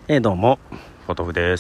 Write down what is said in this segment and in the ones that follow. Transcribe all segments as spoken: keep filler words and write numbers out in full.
えー、どうもポトフです。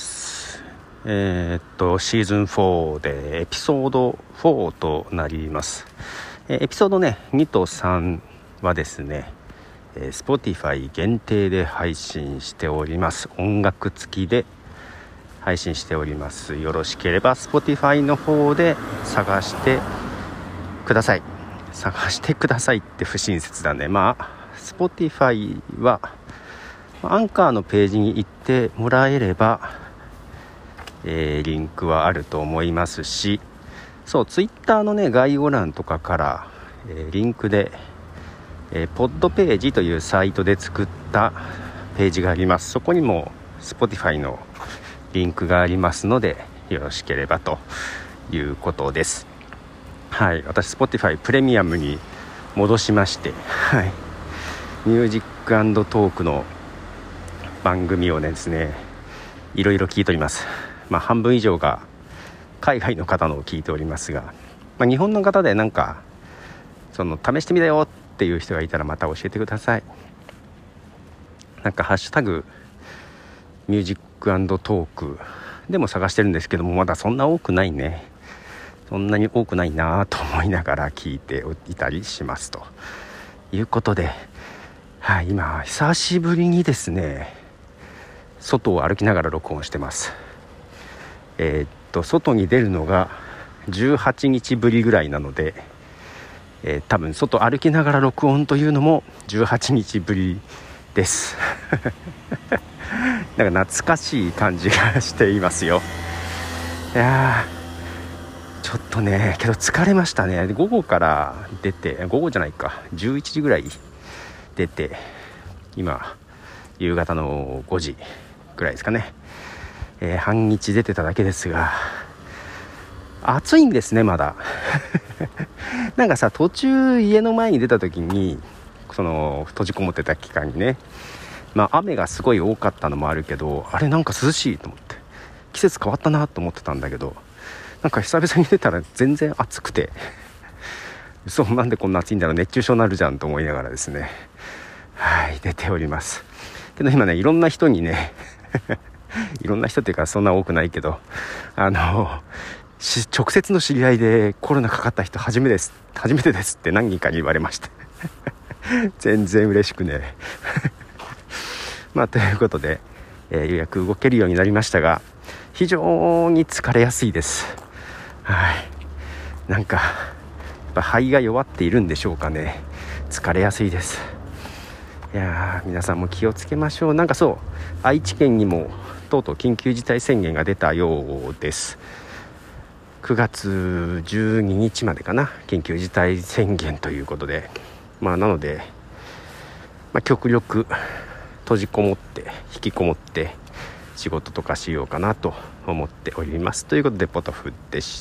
えー、っとシーズンフォーでエピソードフォーとなります。えー、エピソードねにとさんはですね、えー、Spotify 限定で配信しております。音楽付きで配信しております。よろしければ Spotify の方で探してください。探してくださいって不親切だね。まあ Spotify はアンカーのページに行ってもらえれば、えー、リンクはあると思いますし、そうツイッターのね概要欄とかから、えー、リンクで、えー、ポッドページというサイトで作ったページがあります。そこにも Spotify のリンクがありますのでよろしければということです。はい、私 Spotify プレミアムに戻しまして、はい、ミュージック&トークの番組をですねいろいろ聞いております。まあ半分以上が海外の方のを聞いておりますが、まあ、日本の方でなんかその試してみたよっていう人がいたらまた教えてください。なんかハッシュタグミュージック&トークでも探してるんですけども、まだそんな多くないね。そんなに多くないなと思いながら聞いていたりしますということで、はい、今久しぶりにですね外を歩きながら録音してます。えー、っと外に出るのがじゅうはちにちぶりぐらいなので、えー、多分外歩きながら録音というのもじゅうはちにちぶりですなんか懐かしい感じがしていますよ。いやちょっとねけど疲れましたね。午後から出て、午後じゃないかじゅういちじぐらい出て、今夕方のごじぐらいですかね、えー、半日出てただけですが暑いんですねまだなんかさ途中家の前に出た時にその閉じこもってた期間にね、まあ雨がすごい多かったのもあるけど、あれなんか涼しいと思って季節変わったなと思ってたんだけど、なんか久々に出たら全然暑くてそうなんでこんな暑いんだろう、熱中症になるじゃんと思いながらですね、はい出ております。けど今ねいろんな人にねいろんな人っていうかそんな多くないけど、あの直接の知り合いでコロナかかった人初めてです初めてですって何人かに言われました全然嬉しくねまあということで、えー、ようやく動けるようになりましたが非常に疲れやすいです。はい、なんかやっぱ肺が弱っているんでしょうかね。疲れやすいです。いや皆さんも気をつけましょう。なんかそう愛知県にもとうとう緊急事態宣言が出たようです。くがつじゅうににちまでかな、緊急事態宣言ということで、まあなので、まあ、極力閉じこもって引きこもって仕事とかしようかなと思っておりますということでポトフでした。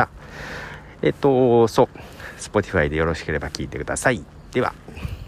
えっとそう Spotify でよろしければ聞いてください。では。